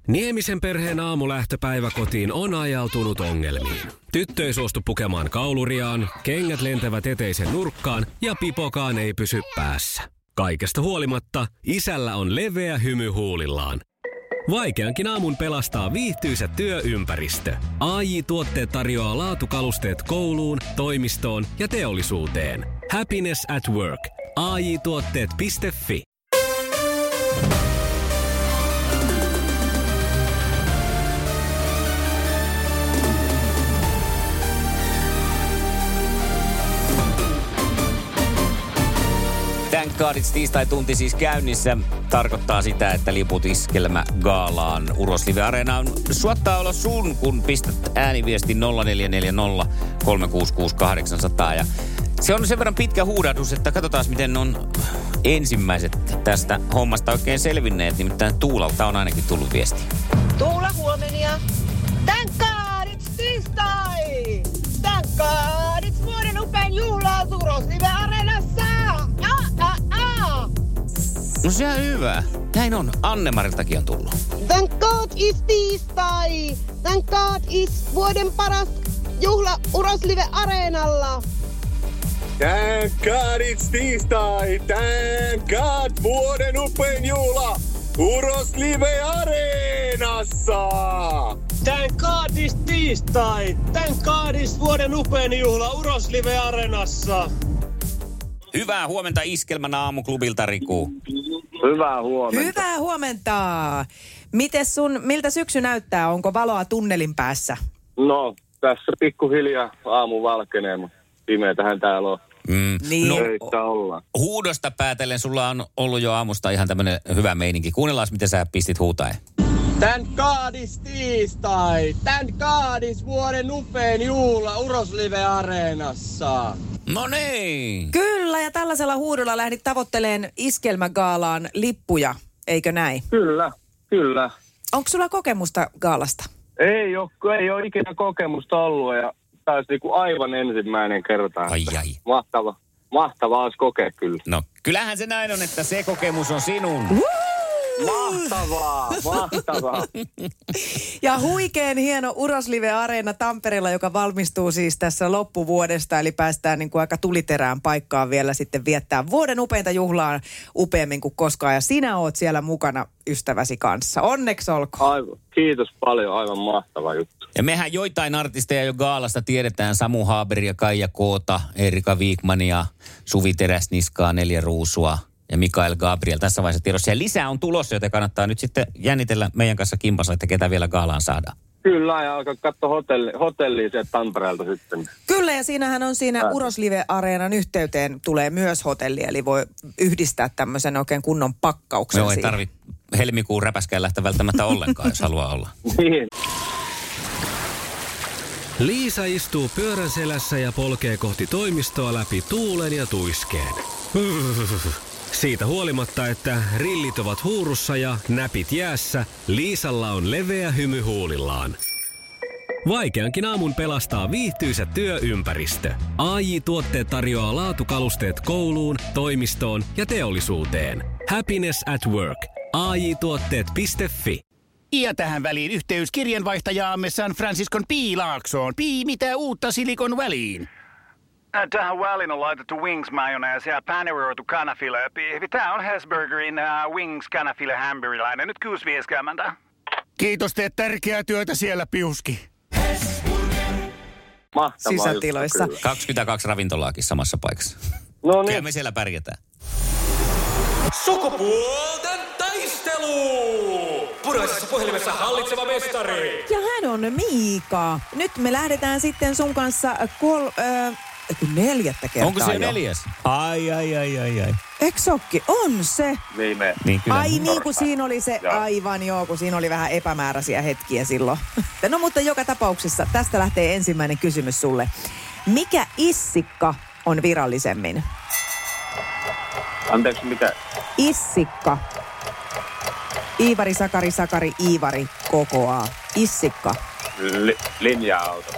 Niemisen perheen aamulähtöpäivä kotiin on ajautunut ongelmiin. Tyttö ei suostu pukemaan kauluriaan, kengät lentävät eteisen nurkkaan ja pipokaan ei pysy päässä. Kaikesta huolimatta, isällä on leveä hymy huulillaan. Vaikeankin aamun pelastaa viihtyisä työympäristö. AJ-tuotteet tarjoaa laatukalusteet kouluun, toimistoon ja teollisuuteen. Happiness at work. AJ-tuotteet.fi. Thank God It's tiistai-tunti siis käynnissä. Tarkoittaa sitä, että liput Iskelmä Gaalaan Uros Live Areenaan suottaa olla sun, kun pistät ääniviestin 0440 366 800. Ja se on sen verran pitkä huudahdus, että katsotaan miten on ensimmäiset tästä hommasta oikein selvinneet. Nimittäin Tuulalta on ainakin tullut viesti. Tuula, huomenia. Thank God It's tiistai! Thank God It's vuoden upein juhla Uros Live Areenassa! No se on hyvä. Näin on. Anne-Mariltakin on tullut. Thank God is tiistai! Thank God is vuoden paras juhla Uros Live Areenalla! Thank God it's tiistai! Thank God vuoden upein juhla Uros Live Areenassa! Thank God is tiistai! Thank God is vuoden upein juhla Uros Live Areenassa! Hyvää huomenta Iskelmän aamuklubilta, Riku. Hyvää huomenta. Hyvää huomenta. Miltä syksy näyttää? Onko valoa tunnelin päässä? No, tässä pikkuhiljaa aamu valkenee, mutta pimeätähän täällä on. Niin. Töissä ollaan. Huudosta päätellen sulla on ollut jo aamusta ihan tämmönen hyvä meininki. Kuunnellaan, miten sä pistit huutaen. Thank God is tiistai! Thank God is vuoden upein juhla Uros Live Areenassa! No niin. Kyllä, ja tällaisella huudolla lähdit tavoitteleen Iskelmägaalaan lippuja, eikö näin? Kyllä. Onko sulla kokemusta gaalasta? Ei ole ikinä kokemusta ollut ja taisi niinku aivan ensimmäinen kerta. Ai. Mahtavaa olisi kokea kyllä. No, kyllähän se näin on, että se kokemus on sinun. Mahtavaa. Ja huikean hieno Uros Live Areena Tampereella, joka valmistuu siis tässä loppuvuodesta. Eli päästään niin kuin aika tuliterään paikkaan vielä sitten viettää vuoden upeinta juhlaa upeammin kuin koskaan. Ja sinä oot siellä mukana ystäväsi kanssa. Onneksi olkoon. Aivan. Kiitos paljon, aivan mahtava juttu. Ja mehän joitain artisteja jo gaalasta tiedetään. Samu Haaberia, Kaija Koota, Erika Viikmania, Suvi Teräsniskaa, Neljä Ruusua ja Mikael Gabriel tässä vaiheessa tiedossa. Ja lisää on tulossa, joten kannattaa nyt sitten jännitellä meidän kanssa kimpassa, että ketä vielä gaalaan saadaan. Kyllä, ja alkaa katsoa hotellia sieltä Tampereelta sitten. Kyllä, ja siinähän on siinä Uros Live Areenan yhteyteen tulee myös hotelli, eli voi yhdistää tämmöisen oikein kunnon pakkauksen Joo, ei siihen. tarvitse helmikuun räpäskään lähteä välttämättä ollenkaan, jos haluaa olla. Niin. Liisa istuu pyörän selässä ja polkee kohti toimistoa läpi tuulen ja tuiskeen. Siitä huolimatta, että rillit ovat huurussa ja näpit jäässä, Liisalla on leveä hymy huulillaan. Vaikeankin aamun pelastaa viihtyisä työympäristö. AJ-tuotteet tarjoaa laatukalusteet kouluun, toimistoon ja teollisuuteen. Happiness at work. AJ-tuotteet.fi. Ja tähän väliin yhteys kirjanvaihtajaamme San Franciscon Piilaaksoon. Mitä uutta Silikon väliin? Tähän väliin on laitettu wings mayonnaise ja paneroitu kanafila. Tämä on Hesburgerin wings kanafila hamburilainen. Nyt 6.50. Kiitos, teet tärkeää työtä siellä, Piuski. Mahtavaa Sisätiloissa. juttu, 22 ravintolaakin samassa paikassa. No Kyllä niin. me siellä pärjätään. Sukupuolten taistelu! Puraisessa puhelimessa hallitseva mestari. Ja hän on Miika. Nyt me lähdetään sitten sun kanssa neljättä kertaa. Onko se jo. 4? Ai. Eikö sokki? On se. Viime. Niin kyllä. Ai niin kuin siinä oli se, aivan joo, kun siinä oli vähän epämääräisiä hetkiä silloin. No mutta joka tapauksessa tästä lähtee ensimmäinen kysymys sulle. Mikä issikka on virallisemmin? Anteeksi, mitä? Issikka. Iivari, Sakari, Iivari, kokoaa. Issikka. Linja-auto.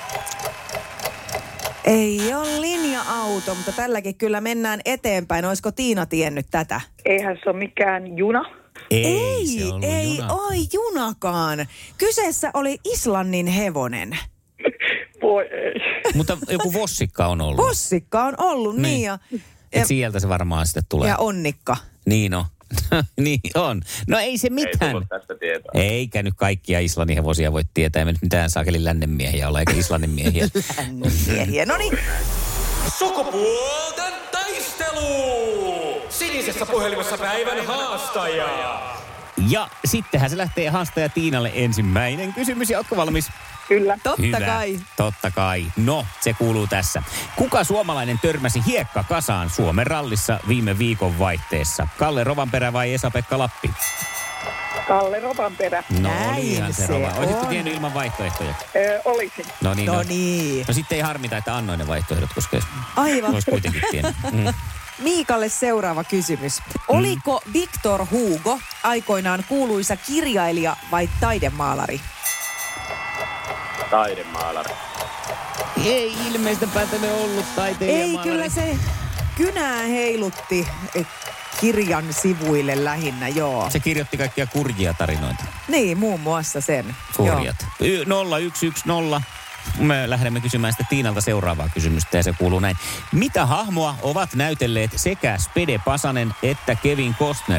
Ei ole linja-auto, mutta tälläkin kyllä mennään eteenpäin. Olisiko Tiina tiennyt tätä? Eihän se ole mikään juna. Ei se ollut ei juna. oi junakaan. Kyseessä oli Islannin hevonen. Voi ei. Mutta joku vossikka on ollut. Vossikka on ollut, niin ja Et sieltä se varmaan sitten tulee. ja onnikka. Niin on. Niin on. No ei se Ei mitään. tullut tästä tietoa. Eikä nyt kaikkia Islannin hevosia voi tietää. Ei me nyt mitään saakelin lännenmiehiä olla, eikä Islannin miehiä. Lännenmiehiä. No niin. Sukupuolten taistelu! Sinisessä puhelimessa päivän haastaja. Ja sittenhän se lähtee haastaja Tiinalle ensimmäinen kysymys. Ja ootko valmis? Kyllä. Totta Hyvä. kai. Totta kai. No, se kuuluu tässä. Kuka suomalainen törmäsi hiekkakasaan Suomen rallissa viime viikon vaihteessa? Kalle Rovanperä vai Esa-Pekka Lappi? Kalle Rovanperä. No Näin olihan se se Rova. Olisitko on. tiennyt ilman vaihtoehtoja? Olisin. No niin. No niin. No sitten ei harmita, että annoin ne vaihtoehdot, koska Aivan. olisi kuitenkin tiennyt. Miikalle seuraava kysymys. Oliko Victor Hugo aikoinaan kuuluisa kirjailija vai taidemaalari? Taidemaalari. Ei ilmeistä päätäne ollut taiteilija. Ei, kyllä se kynää heilutti kirjan sivuille lähinnä, joo. Se kirjoitti kaikkia kurjia tarinoita. Niin, muun muassa sen. Kurjat. 0110. Me lähdemme kysymään sitten Tiinalta seuraavaa kysymystä ja se kuuluu näin. Mitä hahmoa ovat näytelleet sekä Spede Pasanen että Kevin Costner?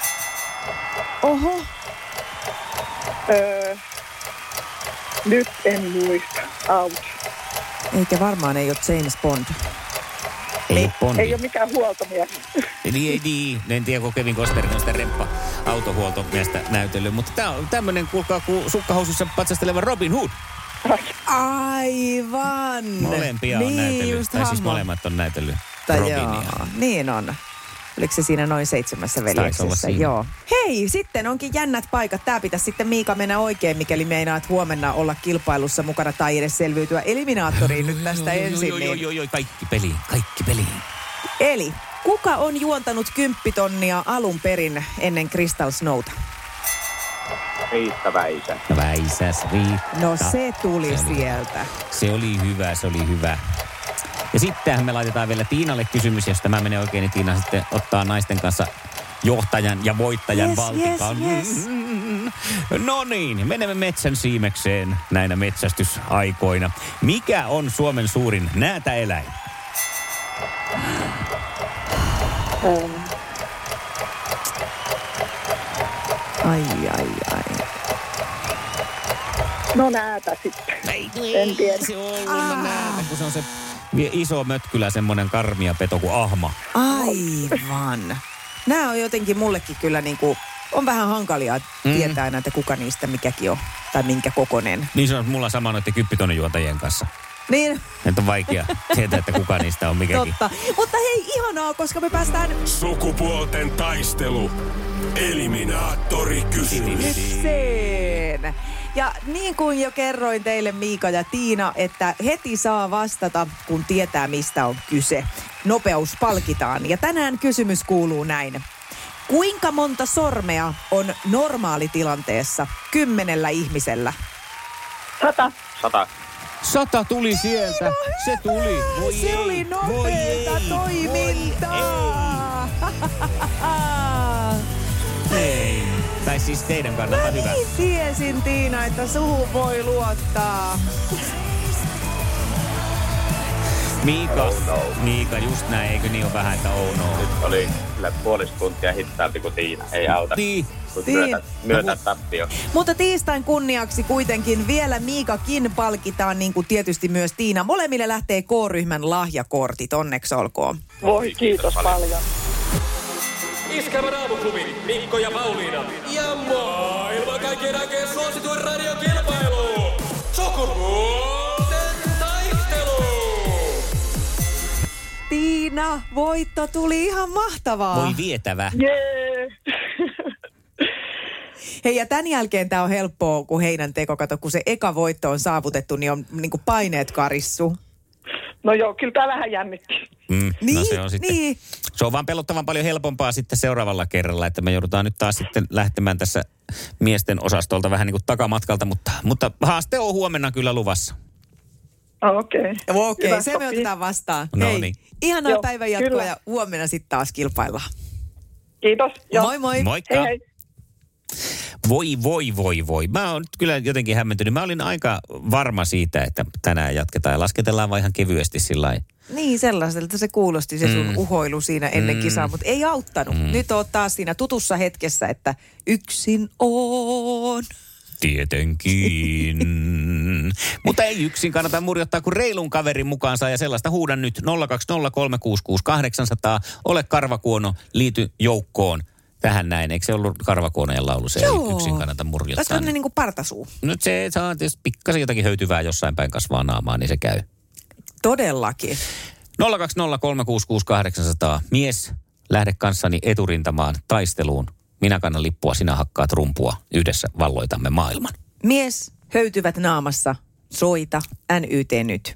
Oho. Nyt en muista. Out. Eikä varmaan ei ole James Bond. Ei ole Bondi. Ei ole mikään huoltomies. Niin. En tiedä, kun Kevin Costner on sitä remppa autohuoltomiestä näytellyt. Mutta tämä on tämmöinen, kuulkaa, kuin sukkahousussa patsasteleva Robin Hood. Aivan. Molempia on niin, näytellyt. Just Tai siis hahmo. molemmat on näytellyt Joo, Robinia. niin on. Oliko se siinä noin 7 Taisi olla veljeksessä? siinä. Joo. Hei, sitten onkin jännät paikat. Tää pitäisi sitten Miika mennä oikein, mikäli meinaat huomenna olla kilpailussa mukana tai edes selviytyä eliminaattoriin nyt tästä ensin. Joo, kaikki peliin. Eli, kuka on juontanut 10 tonnia alun perin ennen Crystal Snowta? Riitta Väisä. Väisäs Riitta. No se tuli sieltä. Se oli hyvä. Ja sittenhän me laitetaan vielä Tiinalle kysymys, jos tämä menee oikein, niin Tiina sitten ottaa naisten kanssa johtajan ja voittajan valtikan. Yes. No niin, menemme metsän siimekseen näinä metsästysaikoina. Mikä on Suomen suurin näätäeläin? Ai. No näätä sitten. En tiedä. Se on ollut näätä, kun se on se iso mötkylä, semmoinen karmia peto kuin ahma. Aivan. Nämä on jotenkin mullekin kyllä niinku, on vähän hankalia tietää aina, että kuka niistä mikäkin on, tai minkä kokonen. Niin se on mulla sama noiden kyppitoninjuontajien kanssa. Niin. Että on vaikea tietää, että kuka niistä on mikäkin. Totta. Mutta hei, ihanaa, koska me päästään Sukupuolten taistelu. Eliminaattori kysymys. sen. Ja niin kuin jo kerroin teille Miika ja Tiina, että heti saa vastata, kun tietää mistä on kyse. Nopeus palkitaan. Ja tänään kysymys kuuluu näin. Kuinka monta sormea on normaalitilanteessa 10 ihmisellä? 100. 100. 100 tuli sieltä. Se tuli. Voi Se ei. oli Voi ei. nopeeta toimintaa. Ei. Tai siis teidän kannalta hyvä. Niin tiesin, Tiina, että suhun voi luottaa. Miika, just näin, eikö niin ole vähän, että oh no. Nyt oli kyllä puolista tuntia hitaampi kuin Tiina. Ei auta. Niin. Myötä tappio. Mutta tiistain kunniaksi kuitenkin vielä Miikakin palkitaan, niin kuin tietysti myös Tiina. Molemmille lähtee K-ryhmän lahjakortit, onneksi olkoon. Voi, kiitos paljon. Iskävän aamuklubi, Mikko ja Pauliina. Ja maailman kaikkien aikeen suosituen radiokilpailu. Sukupuolten taistelu. Tiina, voitto tuli ihan mahtavaa. Voi vietävä. Jee! Hei, ja tämän jälkeen tämä on helppoa, kun heinänteko, kato, kun se eka voitto on saavutettu, niin on niin kuin paineet karissu. No joo, kyllä tää vähän jännitti. No se on sitten. Niin. Se on vaan pelottavan paljon helpompaa sitten seuraavalla kerralla, että me joudutaan nyt taas sitten lähtemään tässä miesten osastolta vähän niin kuin takamatkalta, mutta haaste on huomenna kyllä luvassa. Okei. Okei, se me otetaan vastaan. No Hei, niin. ihanaa Joo, päivän jatkoa kyllä. ja huomenna sitten taas kilpaillaan. Kiitos. Joo. Moi moi. Moikka. Hei hei. Voi. Mä oon kyllä jotenkin hämmentynyt. Mä olin aika varma siitä, että tänään jatketaan ja lasketellaan vaan ihan kevyesti sillain. Niin, sellaiselta se kuulosti se sun uhoilu siinä ennen kisaa, mutta ei auttanut. Nyt oot taas siinä tutussa hetkessä, että yksin on. Tietenkin. Mutta ei yksin kannata murjottaa, kun reilun kaverin mukaansa ja sellaista huudan nyt 020366800. Ole karvakuono, liity joukkoon. Tähän näin. Eikö se ollut karvakuonojen laulu? Se ei yksin kannata murjottaa. Olisiko ne niin kuin partasuu? Nyt se saa tietysti pikkasen jotakin höytyvää jossain päin kasvaa naamaan, niin se käy. Todellakin. 020366800. Mies, lähde kanssani eturintamaan taisteluun. Minä kannan lippua, sinä hakkaat rumpua. Yhdessä valloitamme maailman. Mies, höytyvät naamassa. Soita NYT nyt.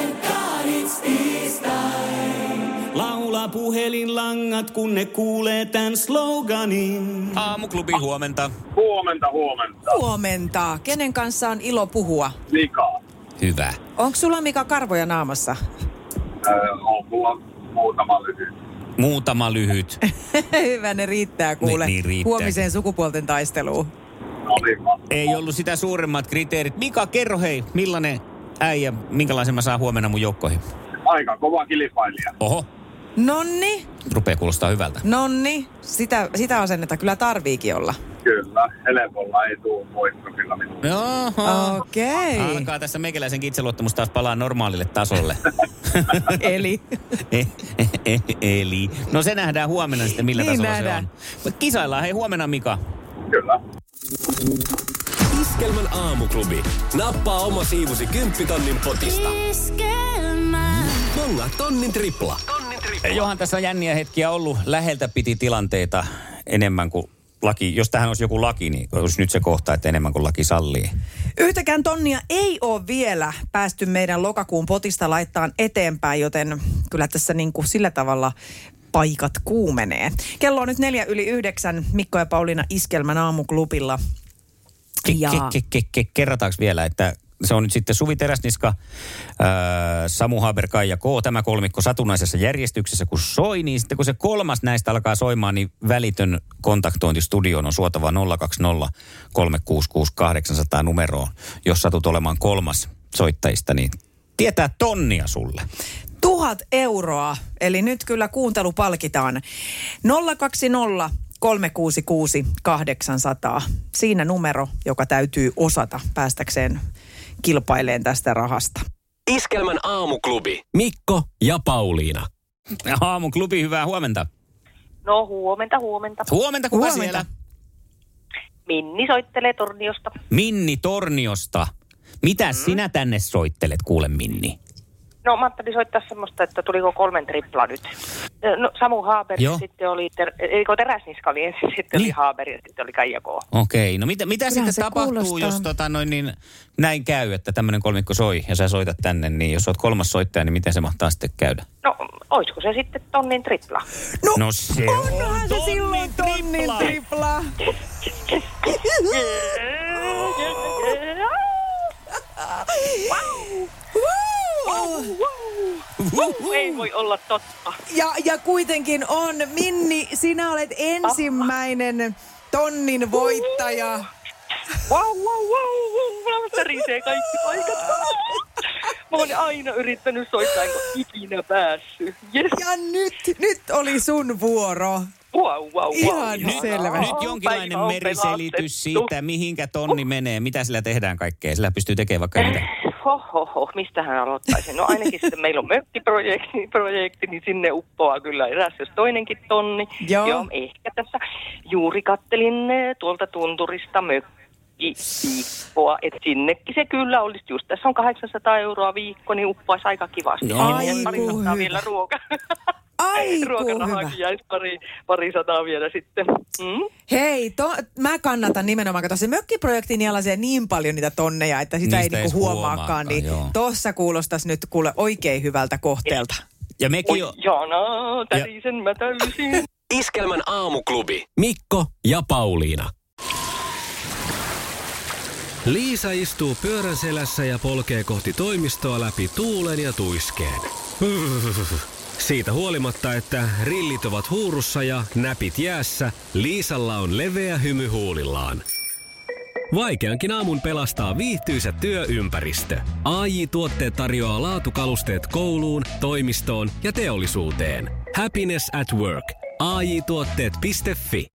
Laula puhelinlangat, kun ne kuulee tän sloganin. Aamuklubi, huomenta. Huomenta. Kenen kanssa on ilo puhua? Mika. Hyvä. Onko sulla, Mika, karvoja naamassa? On mulla muutama lyhyt. Hyvä, ne riittää kuule. Niin riittää. Huomiseen sukupuolten taisteluun. Ei ollut sitä suuremmat kriteerit. Mika, kerro hei, millainen äijä, minkälaisen mä saan huomenna mun joukkoihin? Aika kova kilpailija. Oho. Nonni. Rupeaa kuulostaa hyvältä. Nonni. Sitä asennetta kyllä tarviikin olla. Kyllä, helpolla ei tule voitto kyllä minulle. Oho. Okei. Alkaa tässä meikäläisen itseluottamus taas palaa normaalille tasolle. Eli? Eli. No se nähdään huomenna sitten, millä niin tasolla nähdään. Se on. Kisaillaan hei huomenna, Mika. Kyllä. Iskelmän aamuklubi. Nappaa oma siivusi 10 000 potista. Bonga tonnin tripla. Johan tässä on jänniä hetkiä ollut. Läheltä piti tilanteita enemmän kuin laki. Jos tähän olisi joku laki, niin olisi nyt se kohta, että enemmän kuin laki sallii. Yhtäkään tonnia ei ole vielä päästy meidän lokakuun potista laittaan eteenpäin, joten kyllä tässä niin kuin sillä tavalla paikat kuumenee. Kello on nyt 8:04, Mikko ja Pauliina Iskelmän aamuklubilla. Kerrataanko vielä, että se on nyt sitten Suvi Teräsniska, Samu Haber, Kaija K. Tämä kolmikko satunnaisessa järjestyksessä, kun soi, niin sitten kun se kolmas näistä alkaa soimaan, niin välitön kontaktointi studioon on suotava 020366800 numeroon. Jos satut olemaan kolmas soittajista, niin tietää tonnia sulle. 1 000 euroa, eli nyt kyllä kuuntelu palkitaan. 020366800. Siinä numero, joka täytyy osata päästäkseen kilpaileen tästä rahasta. Iskelmän aamuklubi. Mikko ja Pauliina. Aamuklubi, hyvää huomenta. No huomenta. Huomenta, kuka siellä? Minni soittelee Torniosta. Minni Torniosta. Mitä sinä tänne soittelet, kuule Minni? No mä ajattelin soittaa semmoista, että tuliko 3 tripla nyt. No Samu Haber, sitten oli, Teräsniska oli ensin, sitten oli Haber ja sitten oli Kaija K. Okei, no mitä sitten tapahtuu, jos näin käy, että tämmöinen kolmikko soi ja sä soitat tänne, niin jos oot kolmas soittaja, niin miten se mahtaa sitten käydä? No, oisko se sitten tonnin tripla? No se onhan se silloin tonnin tripla. Ei voi olla totta. Ja kuitenkin on. Minni, sinä olet ensimmäinen tonnin voittaja. Wow. Mulla tärisee kaikki paikat. Mä oon aina yrittänyt soittaa, enkä ikinä päässyt. Yes. Ja nyt oli sun vuoro. Wow. Ihan selvä. Nyt jonkinlainen meriselitys siitä, mihinkä tonni menee. Mitä sillä tehdään kaikkea? Sillä pystyy tekemään vaikka mitä. Mistähän aloittaisin? No ainakin sitten meillä on mökkiprojekti, niin sinne uppoaa kyllä eräs jos toinenkin tonni. Joo, ehkä tässä juuri kattelin tuolta tunturista mökkiviikkoa, että sinnekin se kyllä olisi just. Tässä on 800 euroa viikko, niin uppoaisi aika kivasti. Aiku hyvä. Vielä ruoka. Ruokarahakin jäisi pari sataa vielä sitten. Hei, mä kannatan nimenomaan, kun tuossa mökkiprojektin jalaisia niin paljon niitä tonneja, että sitä niistä ei niinku huomaakaan, niin tossa kuulostaisi nyt kuule oikein hyvältä kohteelta. Ja mekin jo. Jana, tärisen mä täysin. Iskelmän aamuklubi. Mikko ja Pauliina. Liisa istuu pyörän selässä ja polkee kohti toimistoa läpi tuulen ja tuiskeen. Siitä huolimatta, että rillit ovat huurussa ja näpit jäässä, Liisalla on leveä hymy huulillaan. Vaikeankin aamun pelastaa viihtyisä työympäristö. AJ-tuotteet tarjoaa laatukalusteet kouluun, toimistoon ja teollisuuteen. Happiness at work. AJ-tuotteet.fi